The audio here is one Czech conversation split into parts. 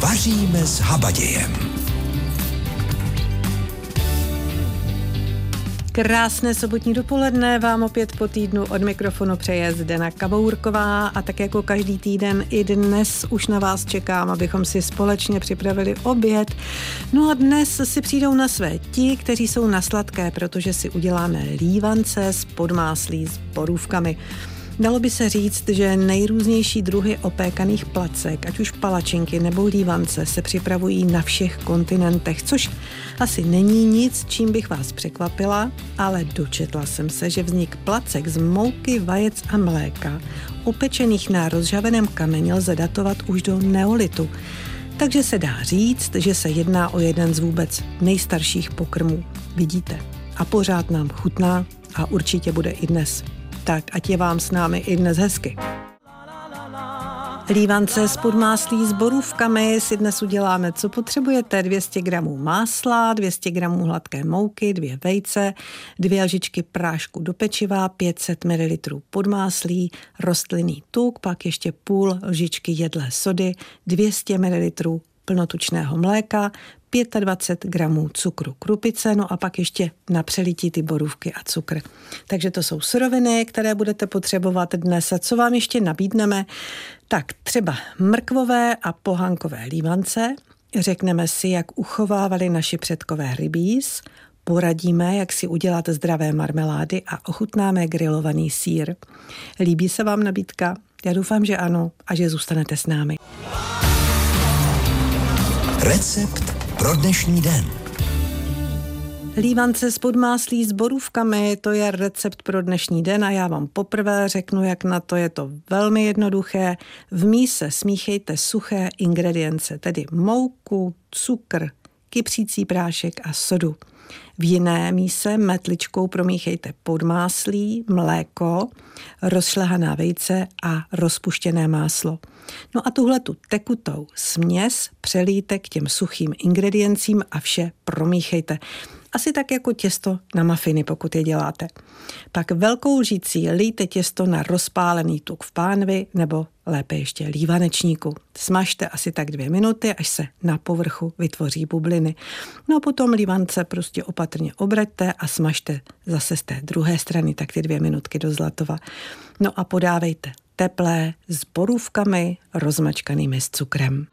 Vaříme s habadějem. Krásné sobotní dopoledne vám opět po týdnu od mikrofonu přeje Zdena Kabourková a tak jako každý týden i dnes už na vás čekám, abychom si společně připravili oběd. No a dnes si přijdou na své ti, kteří jsou na sladké, protože si uděláme lívance s podmáslí s borůvkami. Dalo by se říct, že nejrůznější druhy opékaných placek, ať už palačinky nebo lívance, se připravují na všech kontinentech, což asi není nic, čím bych vás překvapila, ale dočetla jsem se, že vznik placek z mouky, vajec a mléka, upečených na rozžhaveném kameni, lze datovat už do neolitu. Takže se dá říct, že se jedná o jeden z vůbec nejstarších pokrmů. Vidíte? A pořád nám chutná a určitě bude i dnes. Tak ať je vám s námi i dnes hezky. Lívance s podmáslí s borůvkami si dnes uděláme, co potřebujete. 200 gramů másla, 200 gramů hladké mouky, 2 vejce, 2 lžičky prášku do pečiva, 500 ml podmáslí, rostlinný tuk, pak ještě půl lžičky jedlé sody, 200 ml plnotučného mléka, 25 gramů cukru krupice, no a pak ještě na přelití ty borůvky a cukr. Takže to jsou suroviny, které budete potřebovat dnes. A co vám ještě nabídneme? Tak třeba mrkvové a pohankové lívance, řekneme si, jak uchovávali naši předkové rybíz, poradíme, jak si udělat zdravé marmelády a ochutnáme grilovaný sýr. Líbí se vám nabídka? Já doufám, že ano a že zůstanete s námi. Recept pro dnešní den. Lívance s podmáslí s borůvkami, to je recept pro dnešní den a já vám poprvé řeknu, jak na to. Je to velmi jednoduché. V míse smíchejte suché ingredience, tedy mouku, cukr, kypřící prášek a sodu. V jiné míse metličkou promíchejte podmáslí, mléko, rozšlehaná vejce a rozpuštěné máslo. No a tuhletu tekutou směs přelijte k těm suchým ingrediencím a vše promíchejte. Asi tak jako těsto na mafiny, pokud je děláte. Pak velkou lžící lijte těsto na rozpálený tuk v pánvi nebo lépe ještě lívanečníku. Smažte asi tak 2 minuty, až se na povrchu vytvoří bubliny. No a potom lívance prostě opatrně obraťte a smažte zase z té druhé strany tak ty 2 minutky do zlatova. No a podávejte teplé s borůvkami rozmačkanými s cukrem.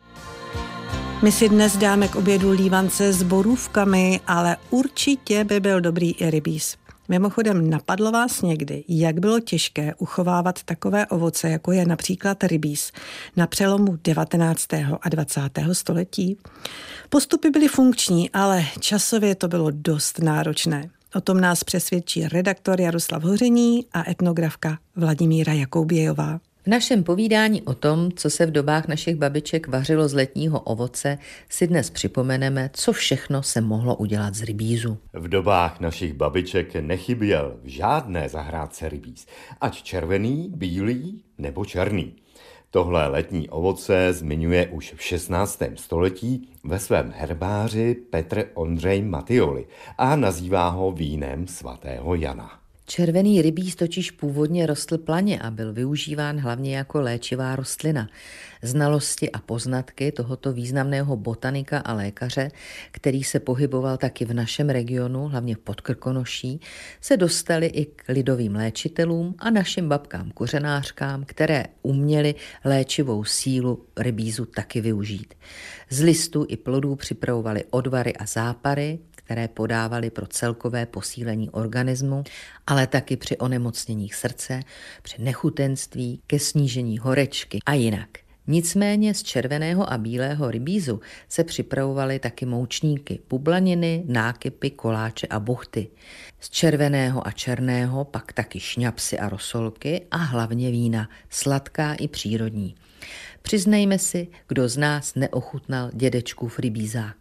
My si dnes dáme k obědu lívance s borůvkami, ale určitě by byl dobrý i rybíz. Mimochodem, napadlo vás někdy, jak bylo těžké uchovávat takové ovoce, jako je například rybíz, na přelomu 19. a 20. století? Postupy byly funkční, ale časově to bylo dost náročné. O tom nás přesvědčí redaktor Jaroslav Hoření a etnografka Vladimíra Jakoubějová. V našem povídání o tom, co se v dobách našich babiček vařilo z letního ovoce, si dnes připomeneme, co všechno se mohlo udělat z rybízu. V dobách našich babiček nechyběl v žádné zahrádce rybíz, ať červený, bílý nebo černý. Tohle letní ovoce zmiňuje už v 16. století ve svém herbáři Petr Ondřej Matyoli a nazývá ho vínem svatého Jana. Červený rybíz totiž původně rostl planě a byl využíván hlavně jako léčivá rostlina. Znalosti a poznatky tohoto významného botanika a lékaře, který se pohyboval taky v našem regionu, hlavně pod Krkonoší, se dostaly i k lidovým léčitelům a našim babkám kořenářkám, které uměly léčivou sílu rybízu taky využít. Z listů i plodů připravovali odvary a zápary, které podávali pro celkové posílení organismu, ale taky při onemocněních srdce, při nechutenství, ke snížení horečky a jinak. Nicméně z červeného a bílého rybízu se připravovaly taky moučníky, bublaniny, nákypy, koláče a buchty. Z červeného a černého pak taky šňapsy a rosolky a hlavně vína, sladká i přírodní. Přiznejme si, kdo z nás neochutnal dědečkův rybízák.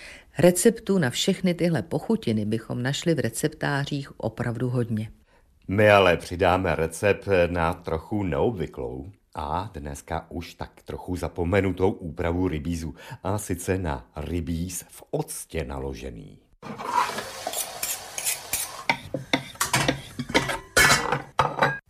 Receptů na všechny tyhle pochutiny bychom našli v receptářích opravdu hodně. My ale přidáme recept na trochu neobvyklou a dneska už tak trochu zapomenutou úpravu rybízu, a sice na rybíz v octě naložený.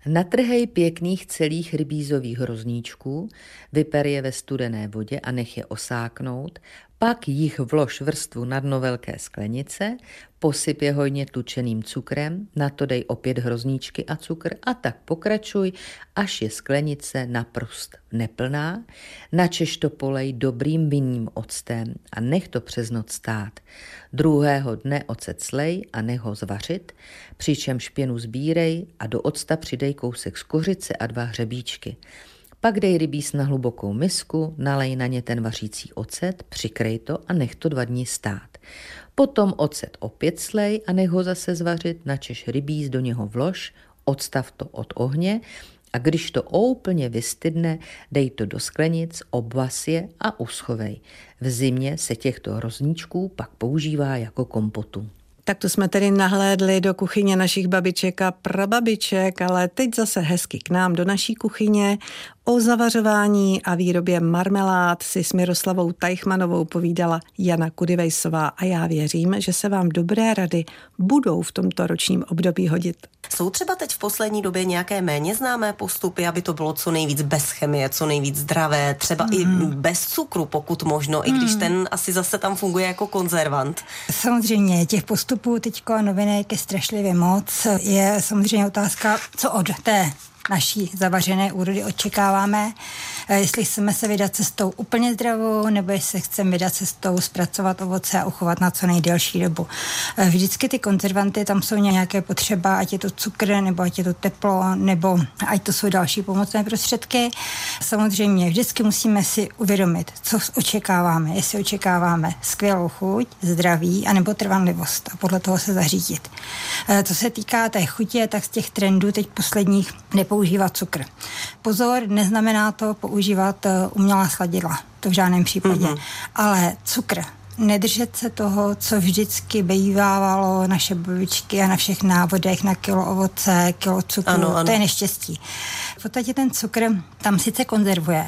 Natrhej pěkných celých rybízových hrozníčků, vyper je ve studené vodě a nech je osáknout, pak jich vlož vrstvu na dno velké sklenice, posyp je hojně tlučeným cukrem, na to dej opět hrozníčky a cukr a tak pokračuj, až je sklenice naprost neplná, načež to polej dobrým vinným octem a nech to přes noc stát. Druhého dne ocet slej a nech ho zvařit, přičemž pěnu sbírej a do octa přidej kousek z kořice a 2 hřebíčky. Pak dej rybíz na hlubokou misku, nalej na ně ten vařící ocet, přikrej to a nech to 2 dny stát. Potom ocet opět slej a nech ho zase zvařit, načež rybíz do něho vlož, odstav to od ohně a když to úplně vystydne, dej to do sklenic, obvas je a uschovej. V zimě se těchto hrozníčků pak používá jako kompotu. Tak to jsme tedy nahlédli do kuchyně našich babiček a prababiček, ale teď zase hezky k nám do naší kuchyně. O zavařování a výrobě marmelád si s Miroslavou Teichmannovou povídala Jana Kudivejsová a já věřím, že se vám dobré rady budou v tomto ročním období hodit. Jsou třeba teď v poslední době nějaké méně známé postupy, aby to bylo co nejvíc bez chemie, co nejvíc zdravé, třeba i bez cukru, pokud možno, i když ten asi zase tam funguje jako konzervant? Samozřejmě, těch postupů teďko novinek je strašlivě moc. Je samozřejmě otázka, co od té naší zavařené úrody očekáváme, jestli chceme se vydat cestou úplně zdravou, nebo jestli chceme vydat cestou zpracovat ovoce a uchovat na co nejdelší dobu. Vždycky ty konzervanty, tam jsou nějaké potřeba, ať je to cukr, nebo ať je to teplo, nebo ať to jsou další pomocné prostředky. Samozřejmě vždycky musíme si uvědomit, co očekáváme. Jestli očekáváme skvělou chuť, zdraví, anebo trvanlivost a podle toho se zařídit. Co se týká té chutě, tak z těch trendů teď posledních nepoužívat cukr. Pozor, neznamená to používat umělá sladidla, to v žádném případě. Ale cukr, nedržet se toho, co vždycky bývávalo naše babičky a na všech návodech na kilo ovoce, kilo cukru, ano. To je neštěstí. V podstatě ten cukr tam sice konzervuje,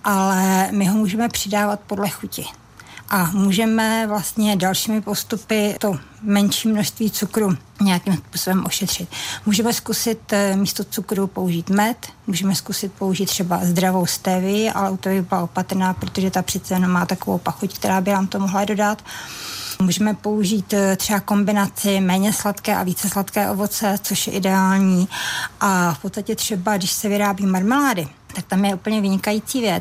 ale my ho můžeme přidávat podle chuti. A můžeme vlastně dalšími postupy to menší množství cukru nějakým způsobem ošetřit. Můžeme zkusit místo cukru použít med, můžeme zkusit použít třeba zdravou stevii, ale u toho bych byla opatrná, protože ta přece jenom má takovou pachuť, která by nám to mohla dodat. Můžeme použít třeba kombinaci méně sladké a více sladké ovoce, což je ideální. A v podstatě třeba, když se vyrábí marmelády, tak tam je úplně vynikající věc,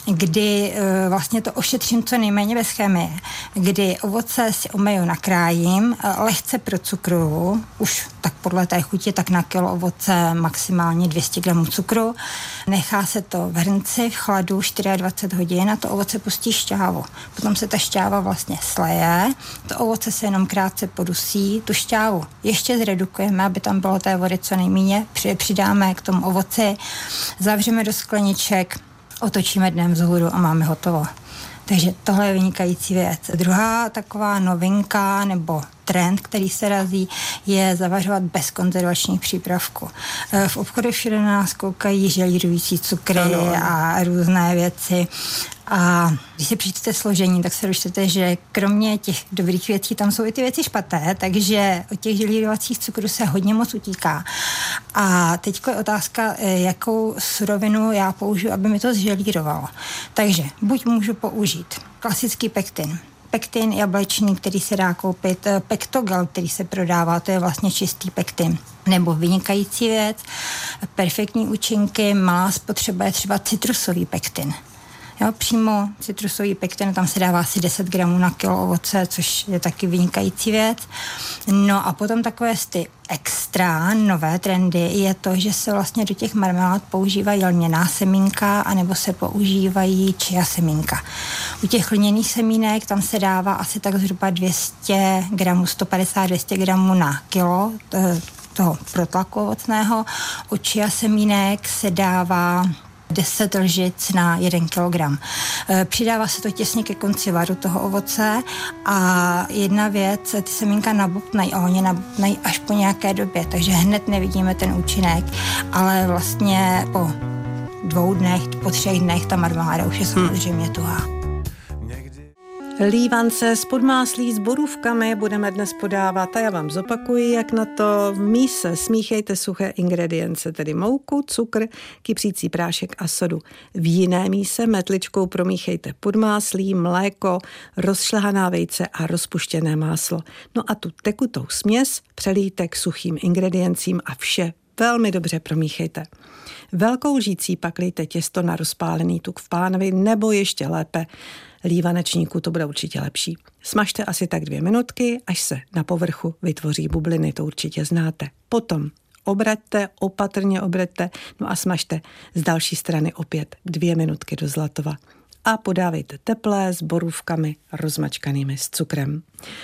kdy vlastně to ošetřím co nejméně bez chemie, kdy ovoce si omeju, nakrájím, lehce procukruju, už tak podle té chuti, tak na kilo ovoce maximálně 200 gramů cukru, nechá se to v hrnci v chladu 24 hodin a to ovoce pustí šťávu. Potom se ta šťáva vlastně sleje, to ovoce se jenom krátce podusí, tu šťávu ještě zredukujeme, aby tam bylo té vody co nejméně, přidáme k tomu ovoci, zavřeme do skleniček, otočíme dnem vzhůru a máme hotovo. Takže tohle je vynikající věc. Druhá taková novinka nebo trend, který se razí, je zavařovat bez konzervačních přípravků. V obchodu všude na nás koukají želírující cukry a různé věci. A když si přečtete složení, tak se dočtete, že kromě těch dobrých věcí tam jsou i ty věci špatné, takže od těch želírovacích cukrů se hodně moc utíká. A teďko je otázka, jakou surovinu já použiju, aby mi to zželírovalo. Takže buď můžu použít klasický pektin, pektin jablečný, který se dá koupit, pektogel, který se prodává, to je vlastně čistý pektin. Nebo vynikající věc, perfektní účinky, malá spotřeba je třeba citrusový pektin. Jo, přímo citrusový pektin, tam se dává asi 10 gramů na kilo ovoce, což je taky vynikající věc. No a potom takové ty extra nové trendy je to, že se vlastně do těch marmelád používají lněná semínka anebo se používají chia semínka. U těch lněných semínek tam se dává asi tak zhruba 200 gramů, 150-200 gramů na kilo toho protlaku ovocného. U chia semínek se dává 10 lžic na 1 kilogram. Přidává se to těsně ke konci varu toho ovoce a jedna věc, ty semínka nabubnají a oni nabubnají až po nějaké době, takže hned nevidíme ten účinek, ale vlastně po 2 dnech, po 3 dnech ta marmeláda už je samozřejmě tuhá. Lívance s podmáslí s borůvkami budeme dnes podávat a já vám zopakuji, jak na to. V míse smíchejte suché ingredience, tedy mouku, cukr, kypřící prášek a sodu. V jiné míse metličkou promíchejte podmáslí, mléko, rozšlehaná vejce a rozpuštěné máslo. No a tu tekutou směs přelijte k suchým ingrediencím a vše velmi dobře promíchejte. Velkou lžící pak lijte těsto na rozpálený tuk v pánvi nebo ještě lépe lívanečníku, to bude určitě lepší. Smažte asi tak 2 minutky, až se na povrchu vytvoří bubliny, to určitě znáte. Potom obraťte, opatrně obraťte, no a smažte z další strany opět 2 minutky do zlatova. A podávejte teplé s borůvkami rozmačkanými s cukrem.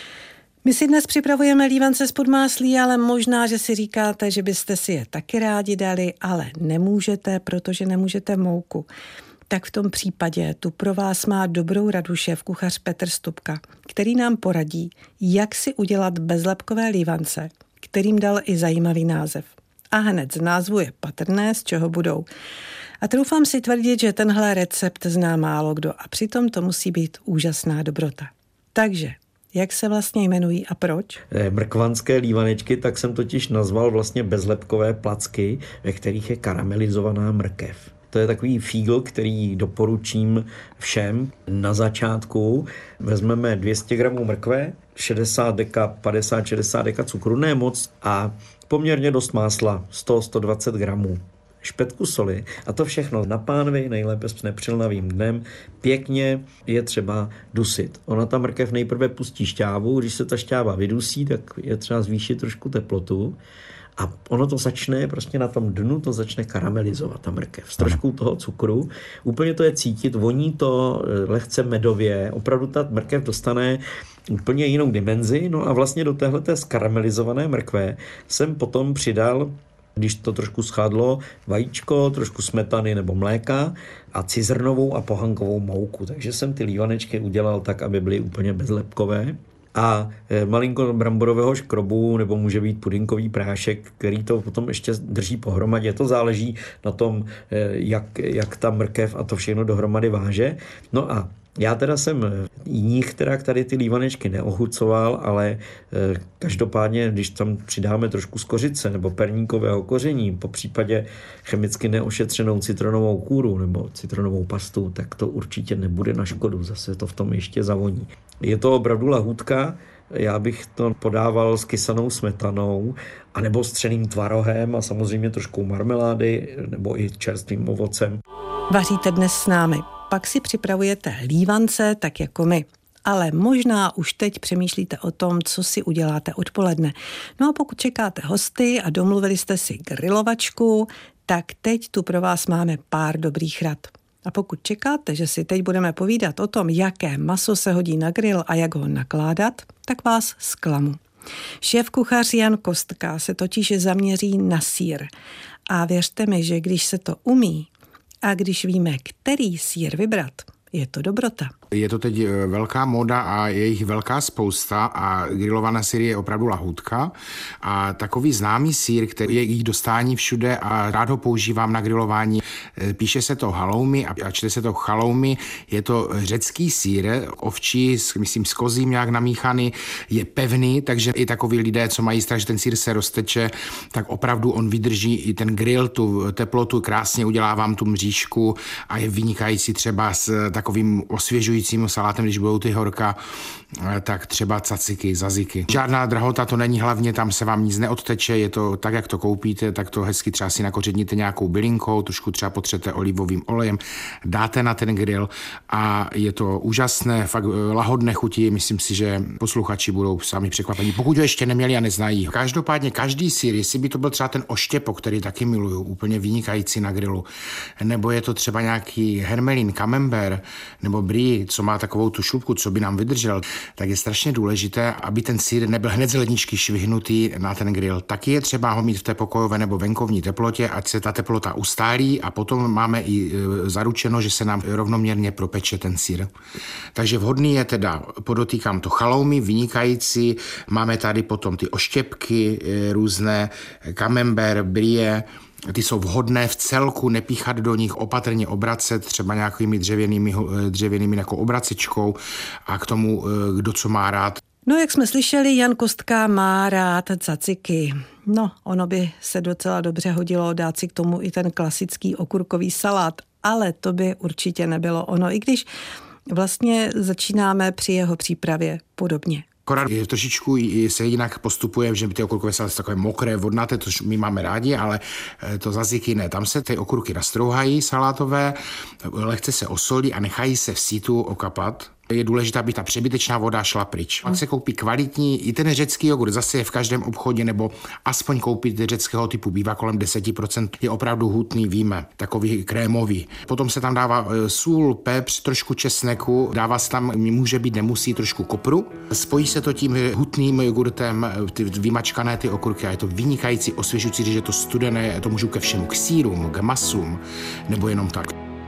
My si dnes připravujeme lívance z podmáslí, ale možná, že si říkáte, že byste si je taky rádi dali, ale nemůžete, protože nemůžete mouku. Tak v tom případě tu pro vás má dobrou radu šéfkuchař Petr Stupka, který nám poradí, jak si udělat bezlepkové lívance, kterým dal i zajímavý název. A hned z názvu je patrné, z čeho budou. A troufám si tvrdit, že tenhle recept zná málo kdo a přitom to musí být úžasná dobrota. Takže jak se vlastně jmenují a proč? Mrkvanské lívanečky, tak jsem totiž nazval vlastně bezlepkové placky, ve kterých je karamelizovaná mrkev. To je takový fígl, který doporučím všem. Na začátku vezmeme 200 gramů mrkve, 60 deka, 50-60 deka cukru, ne moc, a poměrně dost másla, 100-120 gramů. Špetku soli a to všechno na pánvi, nejlépe s nepřilnavým dnem, pěkně je třeba dusit. Ona ta mrkev nejprve pustí šťávu, když se ta šťáva vydusí, tak je třeba zvýšit trošku teplotu a ono to začne, prostě na tom dnu to začne karamelizovat ta mrkev s troškou toho cukru. Úplně to je cítit, voní to lehce medově, opravdu ta mrkev dostane úplně jinou dimenzi, no a vlastně do téhleté skaramelizované mrkve jsem potom přidal, když to trošku schádlo, vajíčko, trošku smetany nebo mléka a cizrnovou a pohankovou mouku. Takže jsem ty lívanečky udělal tak, aby byly úplně bezlepkové. A malinko bramborového škrobu, nebo může být pudinkový prášek, který to potom ještě drží pohromadě. To záleží na tom, jak ta mrkev a to všechno dohromady váže. No a já teda jsem jiných tady ty lívanečky neochucoval, ale každopádně, když tam přidáme trošku z kořice nebo perníkového koření, po případě chemicky neošetřenou citronovou kůru nebo citronovou pastu, tak to určitě nebude na škodu, zase to v tom ještě zavoní. Je to opravdu lahůdka, já bych to podával s kysanou smetanou, anebo s třeným tvarohem a samozřejmě trošku marmelády nebo i čerstvým ovocem. Vaříte dnes s námi, pak si připravujete lívance tak jako my. Ale možná už teď přemýšlíte o tom, co si uděláte odpoledne. No a pokud čekáte hosty a domluvili jste si grilovačku, tak teď tu pro vás máme pár dobrých rad. A pokud čekáte, že si teď budeme povídat o tom, jaké maso se hodí na grill a jak ho nakládat, tak vás zklamu. Šéfkuchař Jan Kostka se totiž zaměří na sýr. A věřte mi, že když se to umí a když víme, který sýr vybrat, je to dobrota. Je to teď velká móda a je jich velká spousta a grilovaná sýr je opravdu lahůdka. A takový známý sýr, který je jich dostání všude a rád ho používám na grilování, píše se to halloumi a čte se to chaloumi. Je to řecký sýr, ovčí, myslím s kozím nějak namíchaný, je pevný, takže i takoví lidé, co mají strach, že ten sýr se rozteče, tak opravdu on vydrží i ten grill, tu teplotu, krásně udělá vám tu mřížku a je vynikající třeba s takovým osvěžujícím salátem, když budou ty horka, tak třeba caciky, zaziky. Žádná drahota to není, hlavně tam se vám nic neodteče, je to tak, jak to koupíte, tak to hezky třeba si nakořeníte nějakou bylinkou, trošku třeba potřete olivovým olejem, dáte na ten grill a je to úžasné, fakt lahodné chutí, myslím si, že posluchači budou sami překvapení, pokud ho ještě neměli a neznají. Každopádně každý sýr, jestli by to byl třeba ten oštěpok, který taky miluju, úplně vynikající na grilu, nebo je to třeba nějaký hermelín, camembert, nebo brie, co má takovou tu šlupku, co by nám vydržel, tak je strašně důležité, aby ten sýr nebyl hned z ledničky švihnutý na ten grill. Taky je třeba ho mít v té pokojové nebo venkovní teplotě, ať se ta teplota ustálí a potom máme i zaručeno, že se nám rovnoměrně propeče ten sýr. Takže vhodný je teda, podotýkám to halloumi, vynikající, máme tady potom ty oštěpky různé, camembert, brie, Ty jsou vhodné v celku, nepíchat do nich, opatrně obracet, třeba nějakými dřevěnými jako obracečkou a k tomu, kdo co má rád. No, jak jsme slyšeli, Jan Kostka má rád caciky. No, ono by se docela dobře hodilo dát si k tomu i ten klasický okurkový salát, ale to by určitě nebylo ono, i když vlastně začínáme při jeho přípravě podobně. Akorát trošičku se jinak postupuje, že ty okurkové saláty jsou takové mokré, vodnaté, což my máme rádi, ale to zazyky ne. Tam se ty okurky nastrouhají salátové, lehce se osolí a nechají se v sítu okapat. Je důležité, aby ta přebytečná voda šla pryč. Pak se koupí kvalitní, i ten řecký jogurt zase je v každém obchodě, nebo aspoň koupit řeckého typu, bývá kolem 10%, je opravdu hutný, víme, takový krémový. Potom se tam dává sůl, pepř, trošku česneku, dává se tam, může být, nemusí, trošku kopru. Spojí se to tím hutným jogurtem, ty vymačkané ty okurky a je to vynikající, osvěžující, když je to studené, to můžu ke všemu, k sýrům, k masům, nebo jenom tak.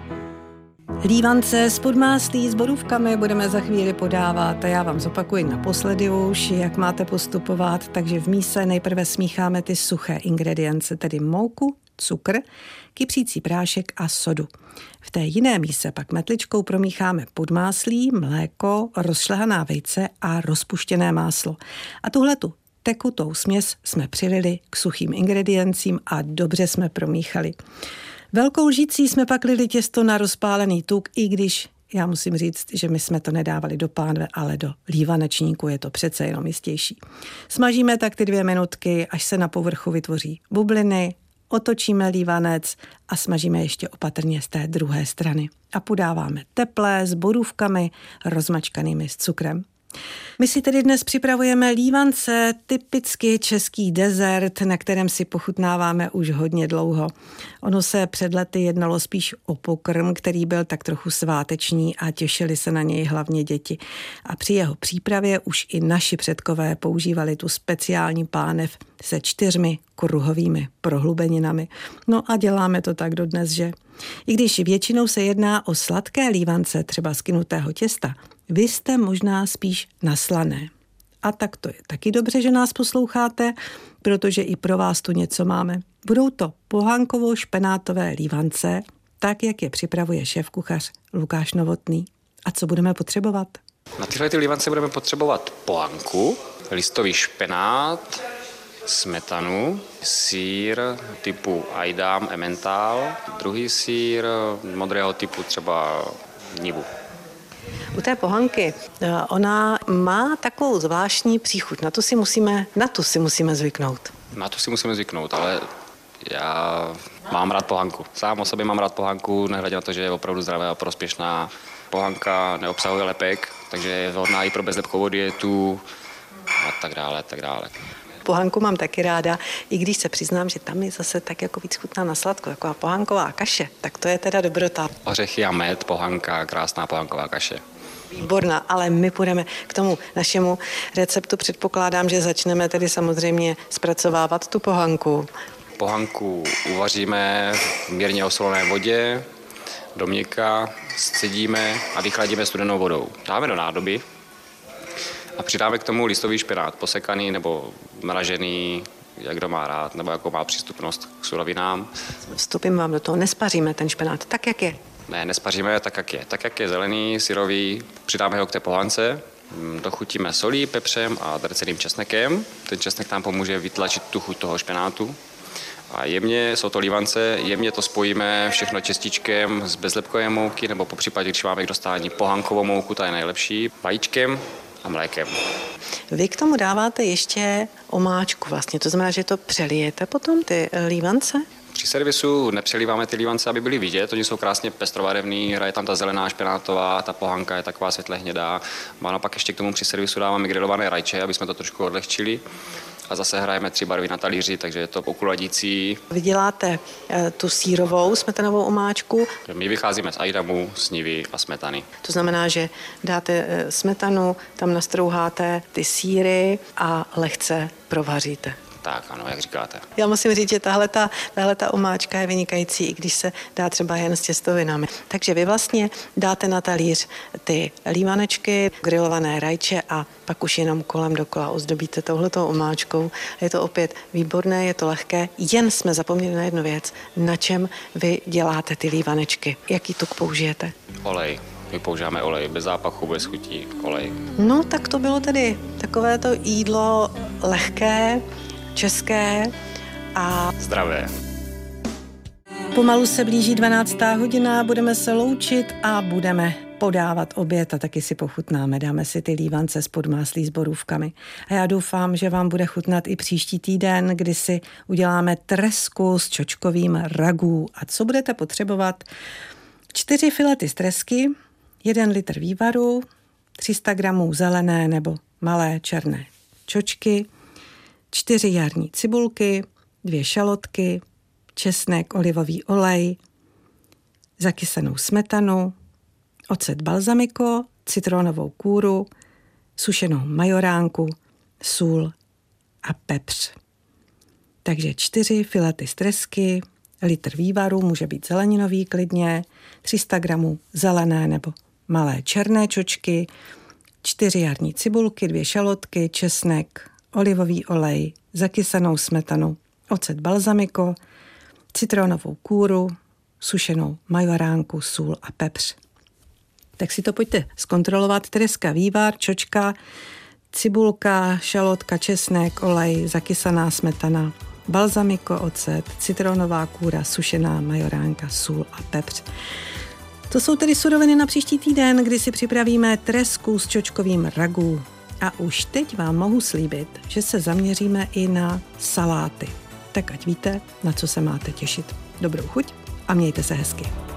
Lívance s podmáslí s borůvkami budeme za chvíli podávat a já vám zopakuji naposledy už, jak máte postupovat. Takže v míse nejprve smícháme ty suché ingredience, tedy mouku, cukr, kypřící prášek a sodu. V té jiné míse pak metličkou promícháme podmáslí, mléko, rozšlehaná vejce a rozpuštěné máslo. A tuhletu tekutou směs jsme přilili k suchým ingrediencím a dobře jsme promíchali. Velkou lžící jsme pak lili těsto na rozpálený tuk, i když já musím říct, že my jsme to nedávali do pánve, ale do lívanečníku, je to přece jenom jistější. Smažíme tak ty 2 minutky, až se na povrchu vytvoří bubliny, otočíme lívanec a smažíme ještě opatrně z té druhé strany. A podáváme teplé s borůvkami rozmačkanými s cukrem. My si tedy dnes připravujeme lívance, typicky český dezert, na kterém si pochutnáváme už hodně dlouho. Ono se před lety jednalo spíš o pokrm, který byl tak trochu sváteční a těšili se na něj hlavně děti. A při jeho přípravě už i naši předkové používali tu speciální pánev se 4 kruhovými prohlubeninami. No a děláme to tak dodnes, že? I když většinou se jedná o sladké lívance, třeba z kynutého těsta, vy jste možná spíš na slané. A tak to je taky dobře, že nás posloucháte, protože i pro vás tu něco máme. Budou to pohankovo-špenátové lívance, tak, jak je připravuje šéfkuchař Lukáš Novotný. A co budeme potřebovat? Na tyhle ty lívance budeme potřebovat pohanku, listový špenát, smetanu, sýr typu Aidam, Emmental, druhý sýr modrého typu, třeba Nivu. U té pohanky, ona má takovou zvláštní příchuť, na tu si musíme zvyknout. Na to si musíme zvyknout, ale já mám rád pohanku. Sám o sobě mám rád pohanku, nehledě na to, že je opravdu zdravá a prospěšná. Pohanka neobsahuje lepek, takže je vhodná i pro bezlepkovou dietu a tak dále, tak dále. Pohanku mám taky ráda, i když se přiznám, že tam je zase tak jako víc chutná na sladko, jako pohanková kaše, tak to je teda dobrota. Ořechy a med, pohanka, krásná pohanková kaše. Výborná, ale my půjdeme k tomu našemu receptu. Předpokládám, že začneme tedy samozřejmě zpracovávat tu pohanku. Pohanku uvaříme v mírně osolené vodě, do měka, scedíme a vychladíme studenou vodou. Dáme do nádoby a přidáme k tomu listový špenát, posekaný nebo mražený, jak kdo má rád, nebo jako má přístupnost k surovinám. Vstupím vám do toho, nespaříme ten špenát tak, jak je. Ne, nespaříme tak, jak je. Tak, jak je zelený, syrový, přidáme ho k té pohance, dochutíme solí, pepřem a drceným česnekem. Ten česnek nám pomůže vytlačit tu chuť toho špenátu. A jemně, jsou to lívance, jemně to spojíme všechno čestičkem z bezlepkové mouky, nebo popřípadě, když máme k dostání pohankovou mouku, ta je nejlepší, vajíčkem a mlékem. Vy k tomu dáváte ještě omáčku vlastně, to znamená, že to přelijete potom ty lívance? Při servisu nepřelíváme ty lívance, aby byly vidět, oni jsou krásně pestrobarevný, hraje tam ta zelená špenátová, ta pohanka je taková světle hnědá. A naopak ještě k tomu při servisu dáváme grilované rajče, aby jsme to trošku odlehčili. A zase hrajeme 3 barvy na talíři, takže je to okuladící. Vy děláte tu sýrovou smetanovou omáčku. My vycházíme z ajdamu, z nivy a smetany. To znamená, že dáte smetanu, tam nastrouháte ty sýry a lehce provaříte. Tak ano, jak říkáte. Já musím říct, že tahle omáčka je vynikající, i když se dá třeba jen s těstovinami. Takže vy vlastně dáte na talíř ty lívanečky, grilované rajče a pak už jenom kolem dokola ozdobíte touhletou omáčkou. Je to opět výborné, je to lehké, jen jsme zapomněli na jednu věc. Na čem vy děláte ty lívanečky? Jaký tuk použijete? Olej. My používáme olej, bez zápachu, bez chutí, olej. No, tak to bylo tedy takovéto jídlo lehké, české a zdravé. Pomalu se blíží 12. hodina, budeme se loučit a budeme podávat oběd a taky si pochutnáme. Dáme si ty lívance s podmáslí s borůvkami. A já doufám, že vám bude chutnat i příští týden, kdy si uděláme tresku s čočkovým ragu. A co budete potřebovat? 4 filety z tresky, 1 litr vývaru, 300 gramů zelené nebo malé černé čočky, 4 jarní cibulky, 2 šalotky, česnek, olivový olej, zakysanou smetanu, ocet balzamiko, citronovou kůru, sušenou majoránku, sůl a pepř. Takže 4 filety z tresky, litr vývaru, může být zeleninový klidně, 300 gramů zelené nebo malé černé čočky, 4 jarní cibulky, 2 šalotky, česnek, olivový olej, zakysanou smetanu, ocet balzamiko, citronovou kůru, sušenou majoránku, sůl a pepř. Tak si to pojďte zkontrolovat. Treska, vývar, čočka, cibulka, šalotka, česnek, olej, zakysaná smetana, balzamiko, ocet, citronová kůra, sušená majoránka, sůl a pepř. To jsou tedy suroviny na příští týden, kdy si připravíme tresku s čočkovým ragu. A už teď vám mohu slíbit, že se zaměříme i na saláty. Tak ať víte, na co se máte těšit. Dobrou chuť a mějte se hezky.